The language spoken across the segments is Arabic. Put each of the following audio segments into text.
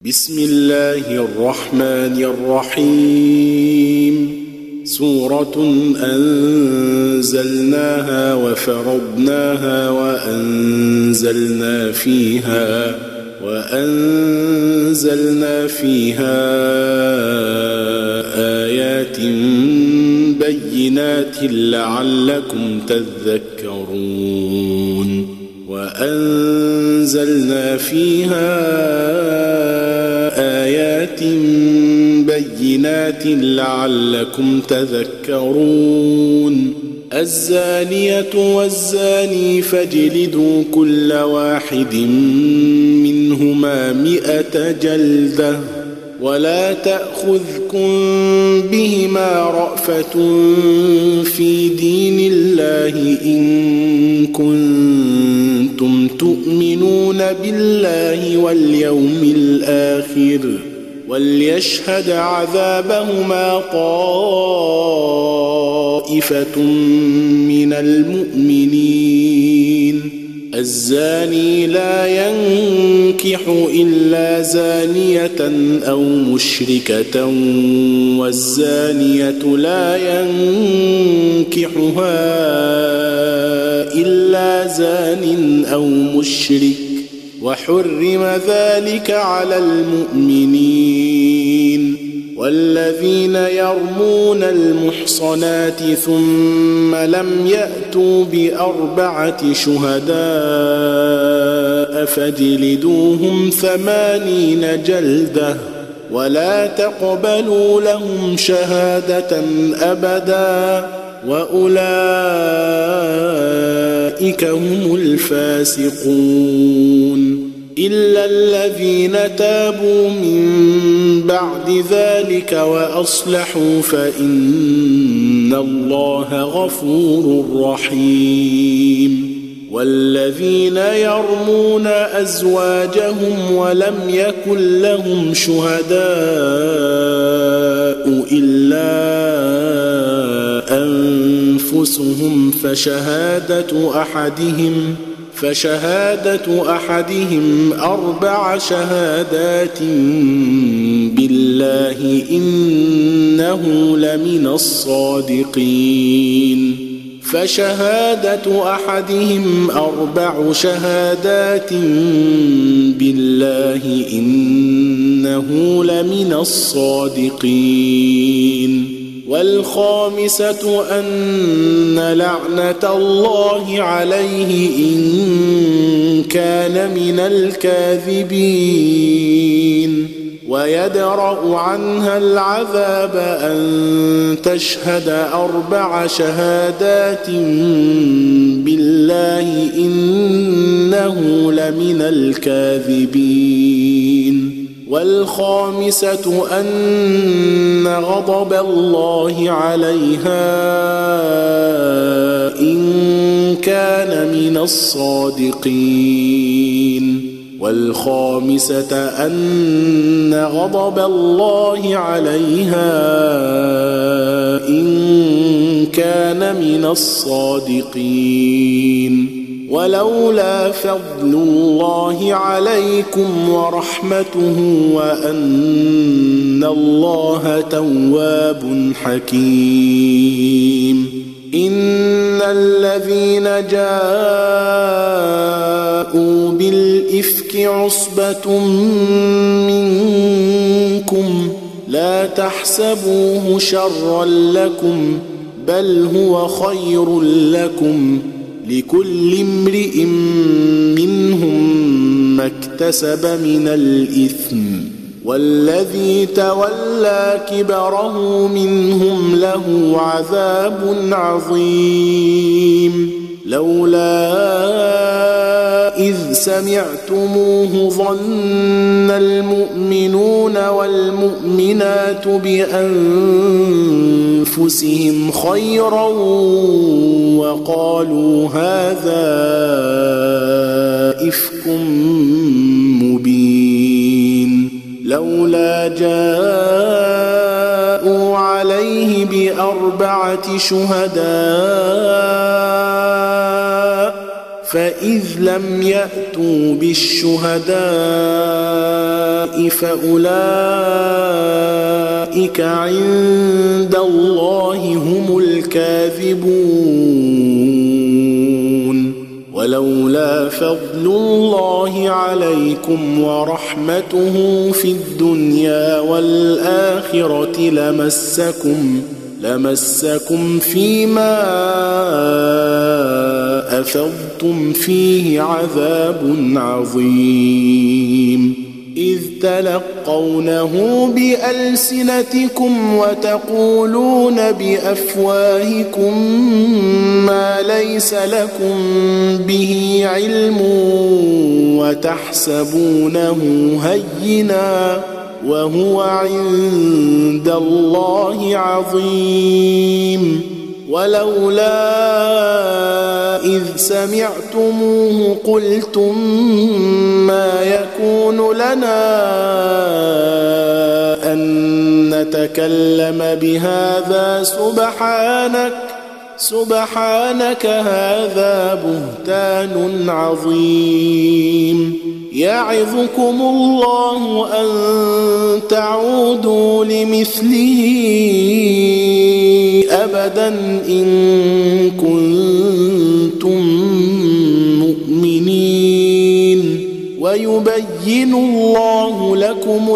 بسم الله الرحمن الرحيم. سورة أنزلناها وفرضناها وأنزلنا فيها آيات بينات لعلكم تذكرون. وأنزلنا فيها آيات بينات لعلكم تذكرون. الزانية والزاني فاجلدوا كل واحد منهما 100 جلدة ولا تأخذكم بهما رأفة في دين الله إن كنتم تؤمنون بالله واليوم الآخر وليشهد عذابهما طائفة من المؤمنين. الزاني لا ينكح إلا زانية أو مشركة والزانية لا ينكحها إلا زان أو مشرك وحرم ذلك على المؤمنين. والذين يرمون المحصنات ثم لم يأتوا ب4 شهداء فاجلدوهم 80 جلدة ولا تقبلوا لهم شهادة أبدا وأولئك هم الفاسقون. إلا الذين تابوا من بعد ذلك وأصلحوا فإن الله غفور رحيم. والذين يرمون أزواجهم ولم يكن لهم شهداء إلا أنفسهم فشهادة أحدهم 4 شهادات بالله إنه لمن الصادقين. فشهادة أحدهم 4 شهادات بالله إنه لمن الصادقين. والخامسة أن لعنة الله عليه إن كان من الكاذبين. ويدرأ عنها العذاب أن تشهد 4 شهادات بالله إنه لمن الكاذبين. والخامسة أن غضب الله عليها إن كان من الصادقين. والخامسة أن غضب الله عليها إن كان من الصادقين. ولولا فضل الله عليكم ورحمته وأن الله تواب حكيم. إن الذين جاءوا بالإفك عصبة منكم لا تحسبوه شرا لكم بل هو خير لكم لكل امرئ منهم ما اكتسب من الإثم والذي تولى كبره منهم له عذاب عظيم. لولا إذ سمعتموه ظن المؤمنون والمؤمنات بأنفسهم خيرا وقالوا هذا إفك مبين. لولا جاءوا عليه ب4 شهداء فإذ لم يأتوا بالشهداء فأولئك عند الله هم الكاذبون. ولولا فضل الله عليكم ورحمته في الدنيا والآخرة لمسكم فيما أفضتم فيه عذاب عظيم، إذ تلقونه بألسنتكم وتقولون بأفواهكم ما ليس لكم به علم وتحسبونه هينا وهو عند الله عظيم. ولولا إذ سمعتموه قلتم ما يكون لنا أن نتكلم بهذا سبحانك هذا بهتان عظيم. يعظكم الله أن تعودوا لمثله أبدا إن كنتم مؤمنين، ويبين الله لكم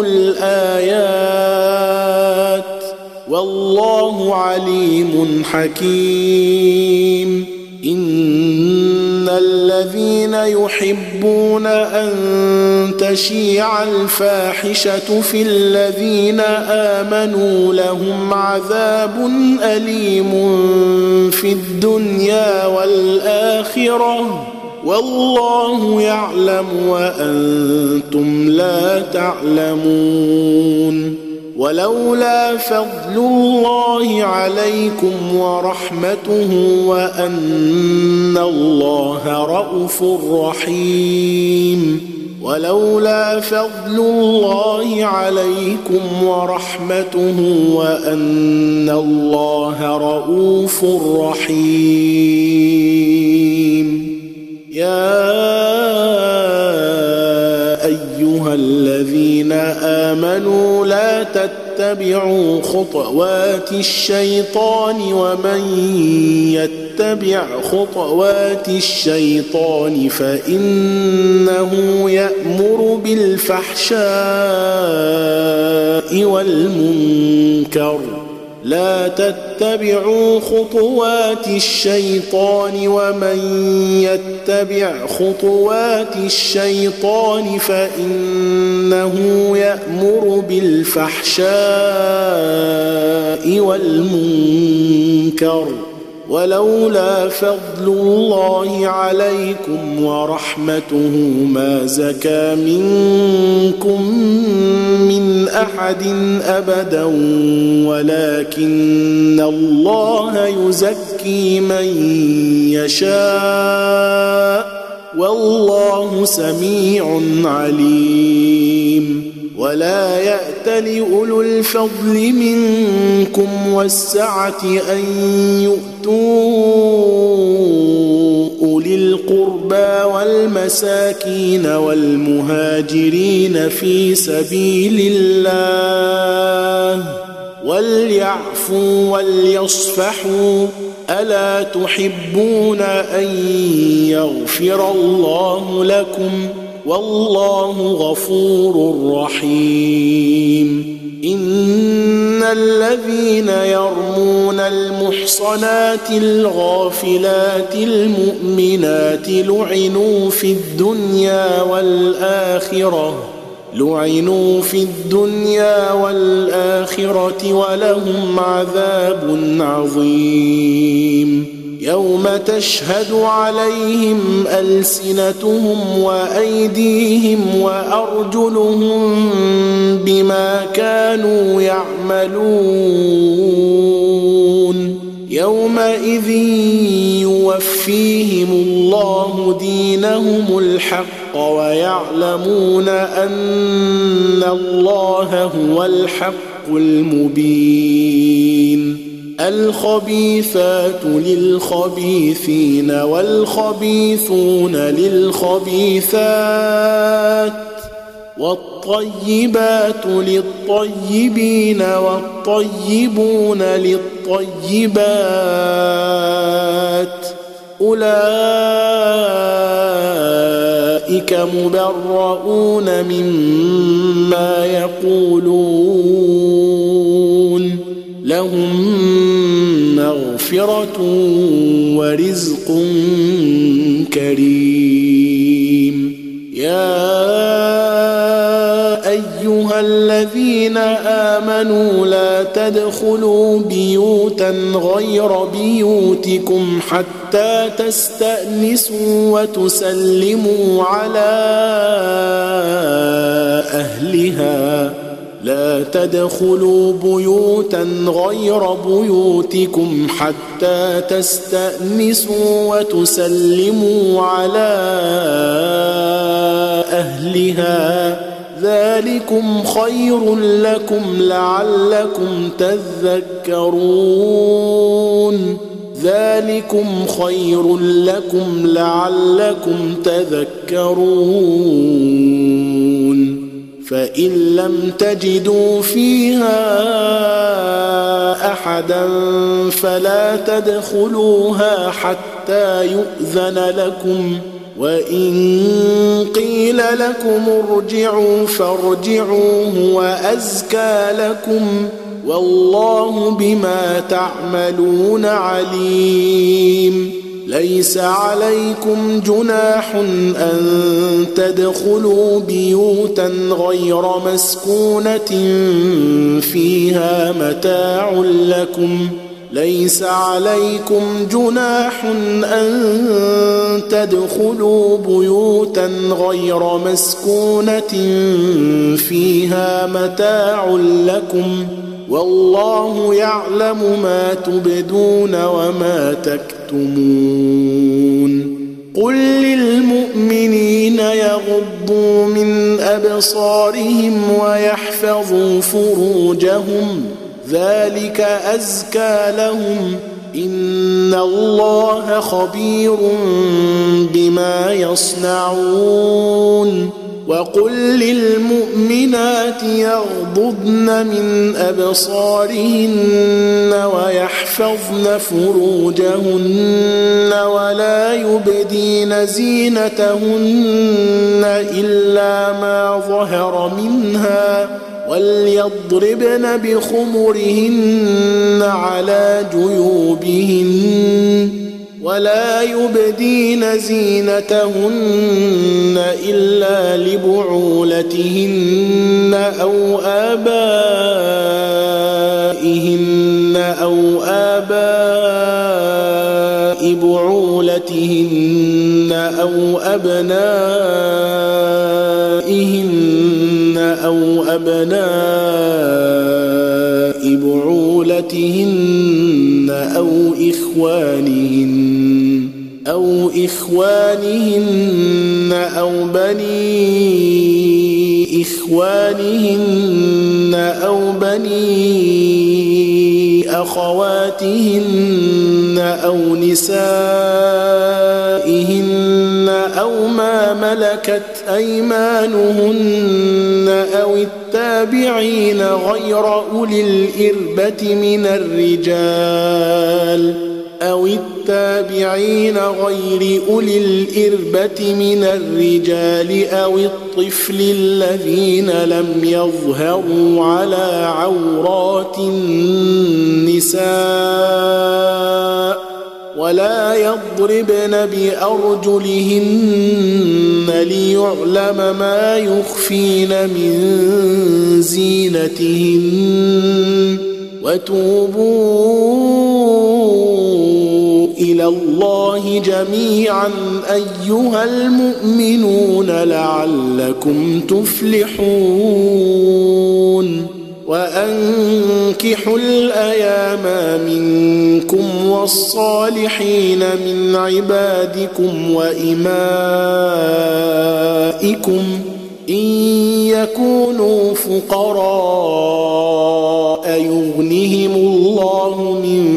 الآيات والله عليم حكيم. إن الذين يحبون أن تشيع الفاحشة في الذين آمنوا لهم عذاب أليم في الدنيا والآخرة والله يعلم وأنتم لا تعلمون. ولولا فضل الله عليكم ورحمته وأن الله رءوف رحيم ولولا فضل الله عليكم ورحمته وأن الله رءوف رحيم. يا أيها الذين آمنوا لا تتبعوا خطوات الشيطان ومن يتبع خطوات الشيطان فإنه يأمر بالفحشاء والمنكر. لا تتبعوا خطوات الشيطان ومن يتبع خطوات الشيطان فإنه يأمر بالفحشاء والمنكر. ولولا فضل الله عليكم ورحمته ما زكى منكم من أحد أبدا ولكن الله يزكي من يشاء والله سميع عليم. ولا يأتل أولو الفضل منكم والسعة أن يؤتوا أولي القربى والمساكين والمهاجرين في سبيل الله وليعفوا وليصفحوا ألا تحبون أن يغفر الله لكم والله غفور رحيم. إن الذين يرمون المحصنات الغافلات المؤمنات لعنوا في الدنيا والآخرة ولهم عذاب عظيم. يوم تشهد عليهم ألسنتهم وأيديهم وأرجلهم بما كانوا يعملون. يومئذ يوفيهم الله دينهم الحق ويعلمون أن الله هو الحق المبين. الخبيثات للخبيثين والخبيثون للخبيثات والطيبات للطيبين والطيبون للطيبات أولئك مبرؤون مما يقولون لهم مغفرة ورزق كريم. يا أيها الذين آمنوا لا تدخلوا بيوتا غير بيوتكم حتى تستأنسوا وتسلموا على أهلها. لا تدخلوا بيوتا غير بيوتكم حتى تستأنسوا وتسلموا على أهلها ذلكم خير لكم لعلكم تذكرون. ذلكم خير لكم لعلكم تذكرون. فإن لم تجدوا فيها أحدا فلا تدخلوها حتى يؤذن لكم، وإن قيل لكم ارجعوا فارجعوا هو أزكى لكم والله بما تعملون عليم. ليس عليكم جناح أن تدخلوا بيوتا غير مسكونة فيها متاع لكم. ليس عليكم جناح أن تدخلوا بيوتا غير مسكونة فيها متاع لكم والله يعلم ما تبدون وما تكتمون. قل للمؤمنين يغضوا من أبصارهم ويحفظوا فروجهم ذلك أزكى لهم إن الله خبير بما يصنعون. وقل للمؤمنات يغضضن من أبصارهن ويحفظن فروجهن ولا يبدين زينتهن إلا ما ظهر منها وليضربن بخمرهن على جيوبهن ولا يبدين زينتهن إلا لبعولتهن أو آباء بعولتهن أو أبناء بعولتهن أو إخوانهن أو بني إخوانهن أو بني أخواتهن أو نسائهن أو ما ملكت أيمانهن أو التابعين غير أولي الإربة من الرجال أو الطفل الذين لم يظهروا على عورات النساء ولا يضربن بأرجلهن ليعلم ما يخفين من زينتهن وتوبوا إلى الله جميعا أيها المؤمنون لعلكم تفلحون. وأنكحوا الأيام منكم والصالحين من عبادكم وإمائكم إن يكونوا فقراء يغنهم الله من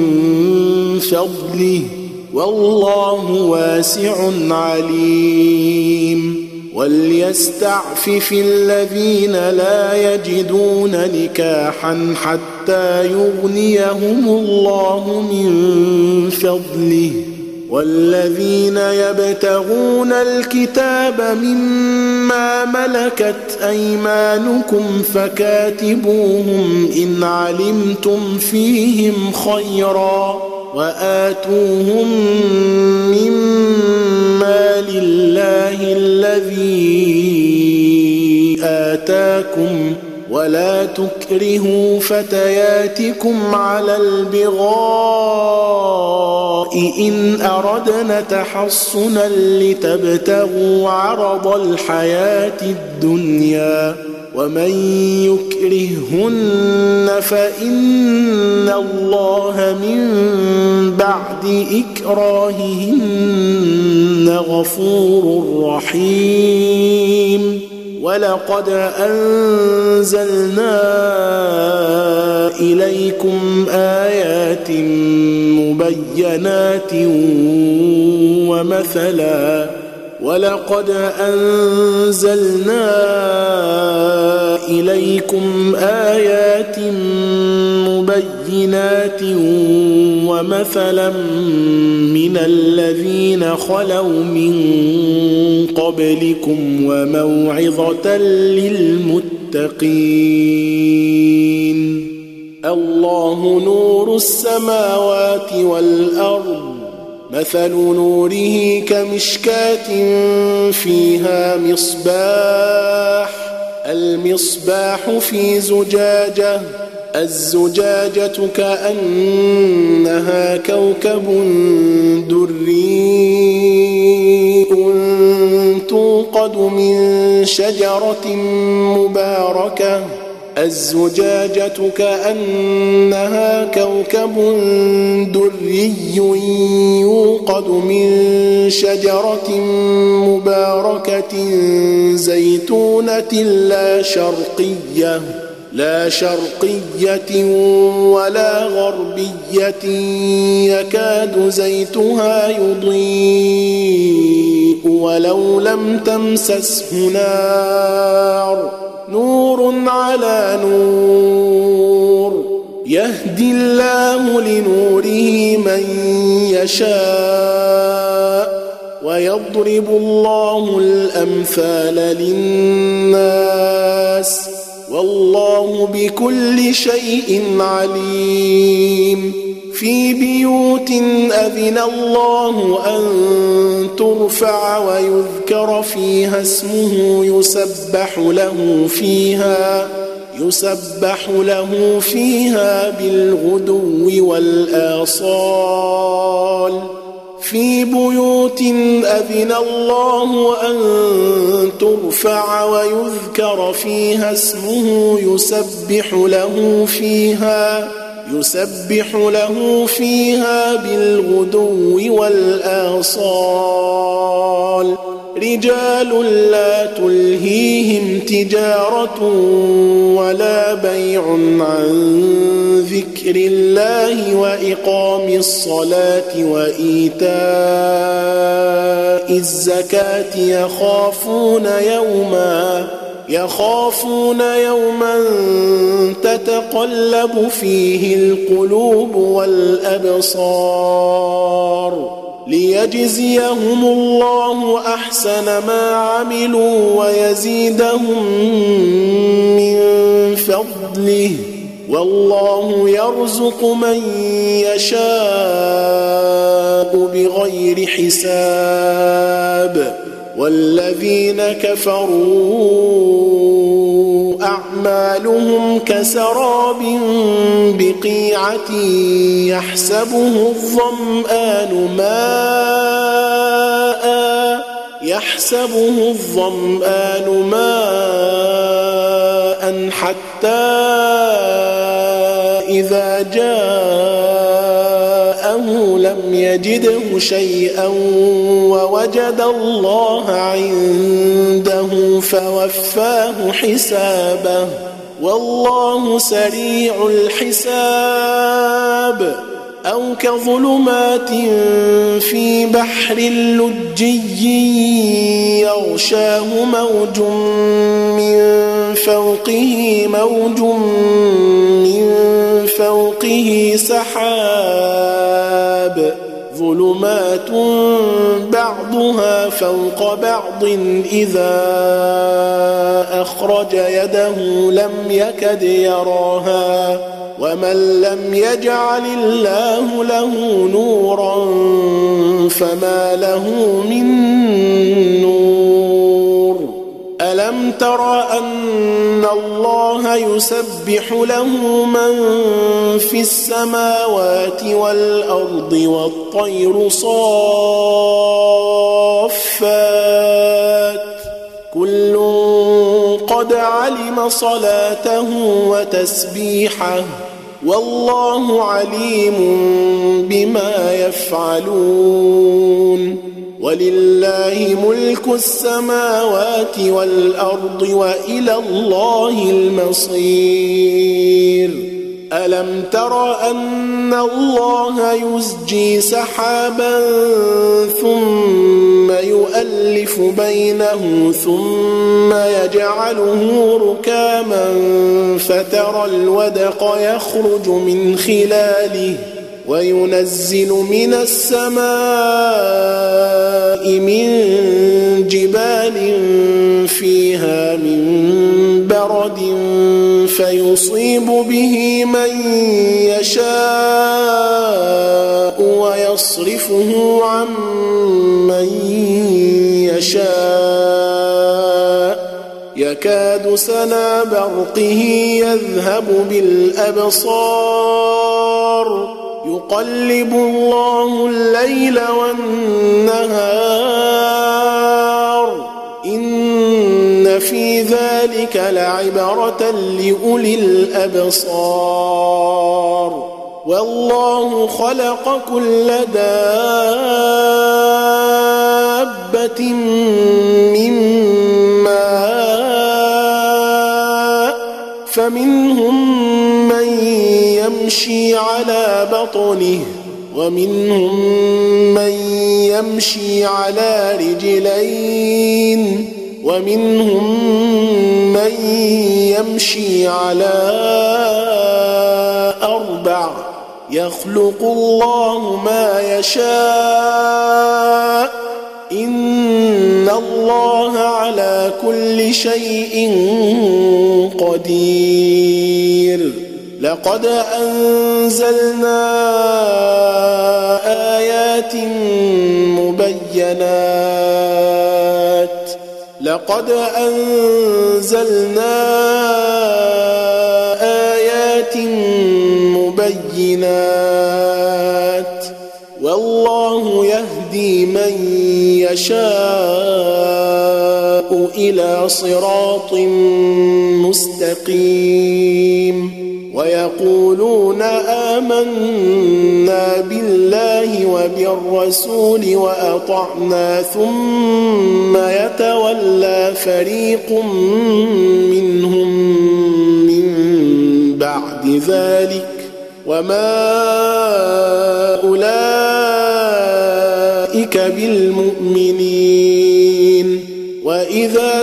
فضله والله واسع عليم وليستعفف الذين لا يجدون نكاحا حتى يغنيهم الله من فضله والذين يبتغون الكتاب مما ملكت أيمانكم فكاتبوهم إن علمتم فيهم خيرا وآتوهم مما لله الذي آتاكم ولا تكرهوا فتياتكم على البغاء إن أردنا تحصنا لتبتغوا عرض الحياة الدنيا ومن يكرهن فإن الله من بعد إكراههن غفور رحيم ولقد أنزلنا إليكم آيات مبينات ومثلا من الذين خلوا من قبلكم وموعظة للمتقين الله نور السماوات والأرض مثل نوره كمشكاة فيها مصباح المصباح في زجاجة الزجاجة كأنها كوكب دري توقد من شجرة مباركة الزجاجة كأنها كوكب دري يوقد من شجرة مباركة زيتونة لا شرقية ولا غربية يكاد زيتها يضيء ولو لم تمسسه نار نور على نور يهدي الله لنوره من يشاء ويضرب الله الأمثال للناس والله بكل شيء عليم في بيوت أذن الله أن ترفع ويذكر فيها اسمه يسبح له فيها بالغدو والآصال في بيوت أذن الله أن ترفع ويذكر فيها اسمه يسبح له فيها بالغدو والآصال رجال لا تلهيهم تجارة ولا بيع عن ذكر الله وإقام الصلاة وإيتاء الزكاة يخافون يوما تتقلب فيه القلوب والأبصار ليجزيهم الله أحسن ما عملوا ويزيدهم من فضله والله يرزق من يشاء بغير حساب والذين كفروا أعمالهم كسراب بقيعة يحسبه الظمآن ماء حتى إذا جاءه لم يجده شيئا ووجد الله عنده فوفاه حسابه والله سريع الحساب أو كظلمات في بحر لجي يغشاه موج من فوقه سحاب ظلمات بعضها فوق بعض إذا أخرج يده لم يكد يراها ومن لم يجعل الله له نورا فما له من نور ألم تر أن الله يسبح له من في السماوات والأرض والطير صافات كل قد علم صلاته وتسبيحه والله عليم بما يفعلون ولله ملك السماوات والأرض وإلى الله المصير ألم تر أن الله يزجي سحابا ثم يؤلف بينه ثم يجعله ركاما فترى الودق يخرج من خلاله وينزل من السماء من جبال فيها من برد فيصيب به من يشاء ويصرفه عن من يشاء يكاد سنا برقه يذهب بالأبصار يقلب الله الليل والنهار إن في ذلك لعبرة لأولي الأبصار والله خلق كل دابة من ماء فمنهم من يمشي على بطنه ومنهم من يمشي على رجلين ومنهم من يمشي على أربع يخلق الله ما يشاء إن الله على كل شيء قدير لقد أنزلنا آيات مبينات والله يهدي من يشاء إلى صراط مستقيم ويقولون آمنا بالله وبالرسول وأطعنا ثم يتولى فريق منهم من بعد ذلك وما أولئك بالمؤمنين وإذا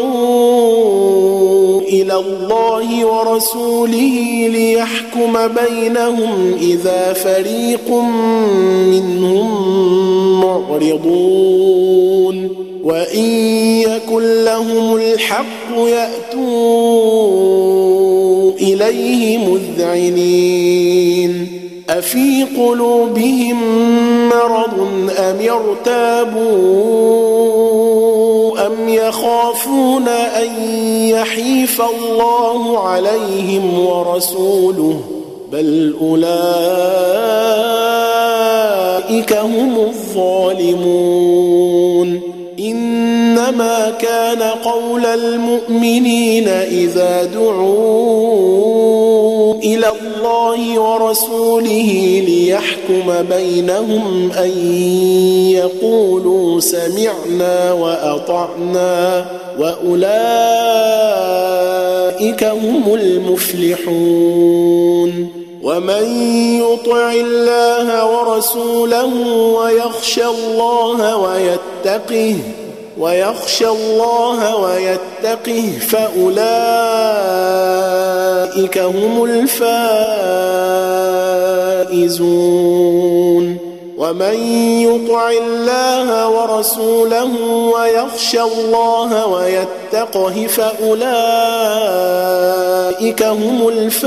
دعوا إلى الله ورسوله ليحكم بينهم إذا فريق منهم معرضون وإن يكن لهم الحق يأتوا إليه مذعنين أفي قلوبهم مرض أم ارتابوا أم يخافون أن يحيف الله عليهم ورسوله بل أولئك هم الظالمون إنما كان قول المؤمنين إذا دعوا إلى الله ورسوله ليحكم بينهم أن يقولوا سمعنا وأطعنا وأولئك هم المفلحون ومن يطع الله ورسوله ويخشى الله ويتقه فأولئك هم الفائزون ومن يطع الله ورسوله ويخشى الله ويتقه فأولئك هم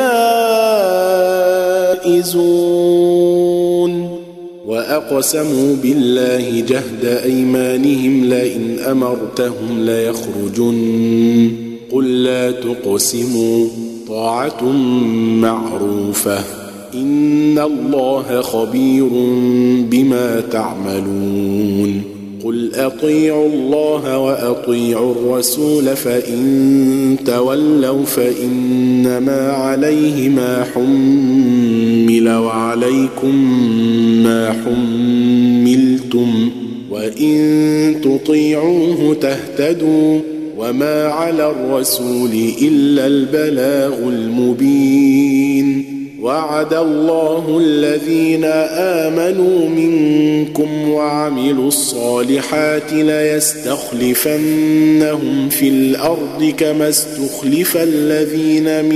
الفائزون وأقسموا بالله جهد أيمانهم لئن أمرتهم ليخرجن قل لا تقسموا طاعة معروفة إن الله خبير بما تعملون قل أطيعوا الله وأطيعوا الرسول فإن تولوا فإنما عليه ما حمل وعليكم ما حملتم وإن تطيعوه تهتدوا وما على الرسول إلا البلاغ المبين وعد الله الذين آمنوا منكم وعملوا الصالحات ليستخلفنهم في الأرض كما استخلف الذين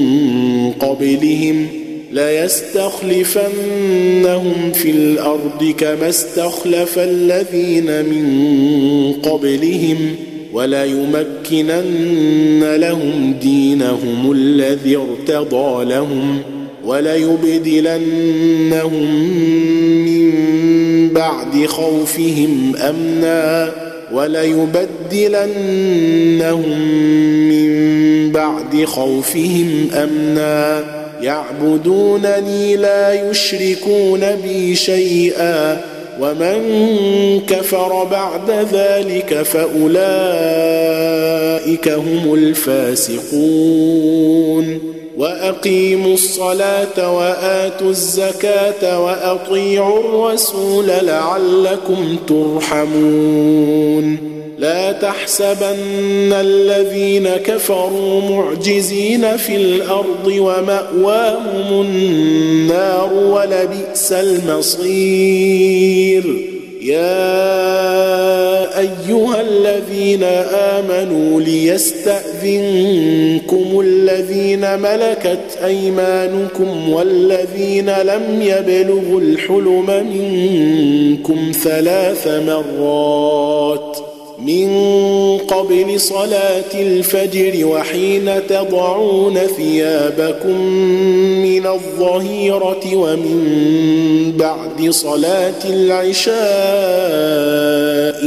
من قبلهم وليمكنن لهم دينهم الذي ارتضى لهم وليبدلنهم من بعد خوفهم أمنا يعبدونني لا يشركون بي شيئا ومن كفر بعد ذلك فأولئك هم الفاسقون وأقيموا الصلاة وآتوا الزكاة وأطيعوا الرسول لعلكم ترحمون لا تحسبن الذين كفروا معجزين في الأرض ومأواهم النار ولبئس المصير يا أيها الذين آمنوا ليستأذنكم الذين ملكت أيمانكم والذين لم يبلغوا الحلم منكم 3 مرات من قبل صلاة الفجر وحين تضعون ثيابكم من الظهيرة ومن بعد صلاة العشاء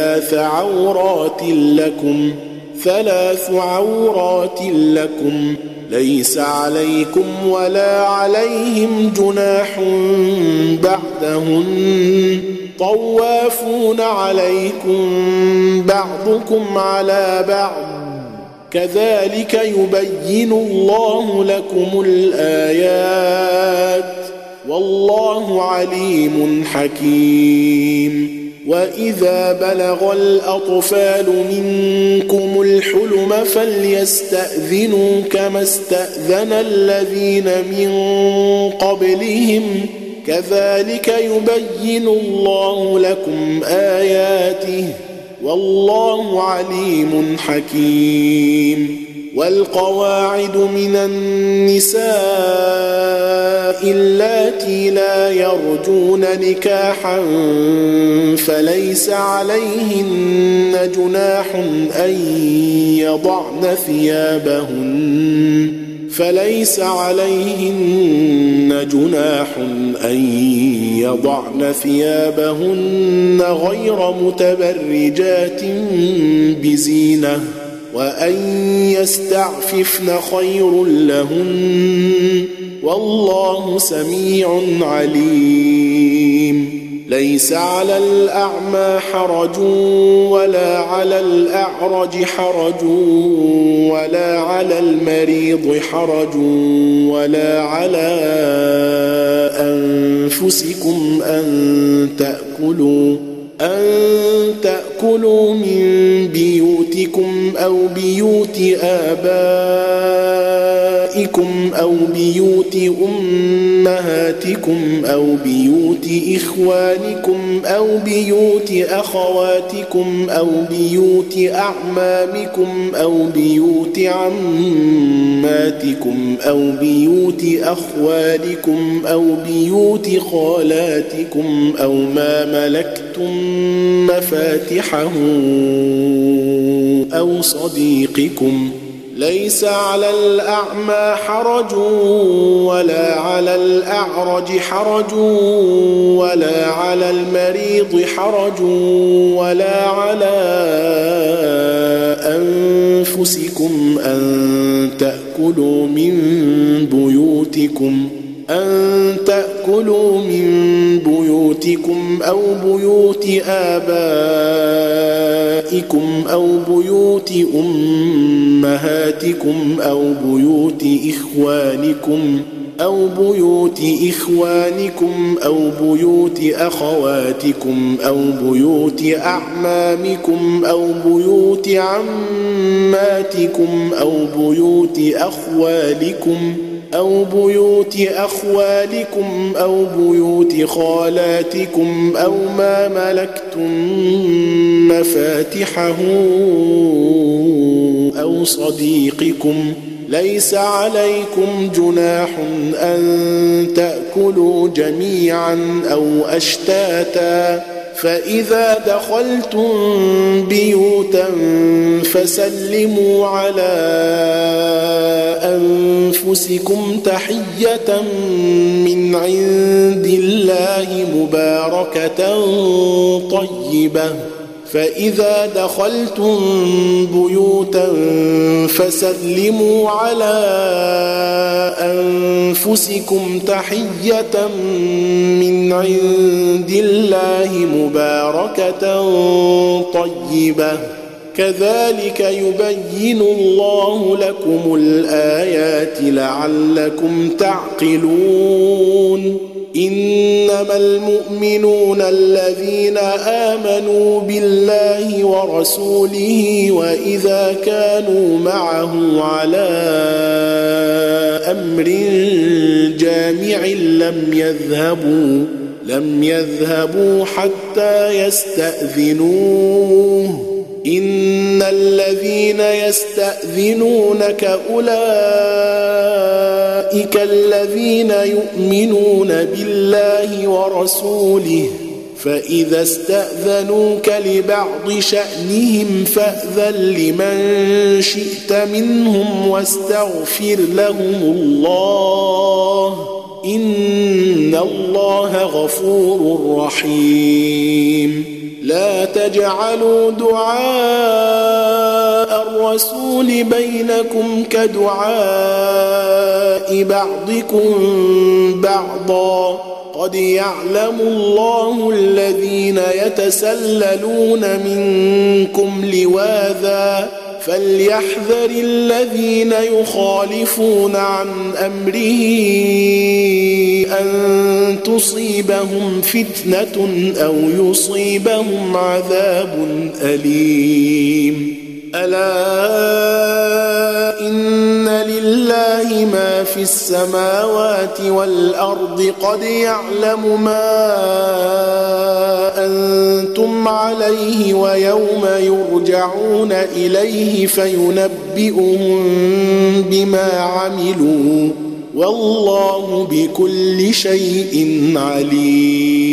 3 عورات لكم ليس عليكم ولا عليهم جناح بعدهن طوافون عليكم بعضكم على بعض كذلك يبين الله لكم الآيات والله عليم حكيم وإذا بلغ الأطفال منكم الحلم فليستأذنوا كما استأذن الذين من قبلهم كذلك يبين الله لكم آياته والله عليم حكيم والقواعد من النساء اللاتي لا يرجون نكاحا فليس عليهن جناح أن يضعن ثيابهن غير متبرجات بزينة وأن يستعففن خير لهن والله سميع عليم ليس على الأعمى حرج ولا على الأعرج حرج ولا على المريض حرج ولا على أنفسكم أن تأكلوا من بيوتكم أو بيوت آبائكم آبائكم أو بيوت أمهاتكم أو بيوت إخوانكم أو بيوت أخواتكم أو بيوت أعمامكم أو بيوت عماتكم أو بيوت أخوالكم أو بيوت خالاتكم أو ما ملكتم مفاتحه أو صديقكم. ليس على الأعمى حرج ولا على الأعرج حرج ولا على المريض حرج ولا على أنفسكم أن تأكلوا من بيوتكم أو بيوت آبائكم أو بيوت أمهاتكم أو بيوت إخوانكم أو بيوت أخواتكم أو بيوت أعمامكم أو بيوت عماتكم أو بيوت أخوالكم أو بيوت خالاتكم أو ما ملكتم مفاتحه أو صديقكم. ليس عليكم جناح أن تأكلوا جميعا أو أشتاتا، فإذا دخلتم بيوتا فسلموا على أنفسكم تحية من عند الله مباركة طيبة. فإذا دخلتم بيوتا فسلموا على أنفسكم تحية من عند الله مباركة طيبة. كذلك يبين الله لكم الآيات لعلكم تعقلون. إنما المؤمنون الذين آمنوا بالله ورسوله وإذا كانوا معه على أمر جامع لم يذهبوا حتى يستأذنوه. إن الذين يستأذنونك أولئك الذين يؤمنون بالله ورسوله، فإذا استأذنوك لبعض شأنهم فأذن لمن شئت منهم واستغفر لهم الله، إن الله غفور رحيم. لا تجعلوا دعاء الرسول بينكم كدعاء بعضكم بعضا، قد يعلم الله الذين يتسللون منكم لواذا، فليحذر الذين يخالفون عن أمره أن تصيبهم فتنة أو يصيبهم عذاب أليم. ألا إن لله ما في السماوات والأرض، قد يعلم ما أنتم عليه ويوم يرجعون إليه فينبئهم بما عملوا، والله بكل شيء عليم.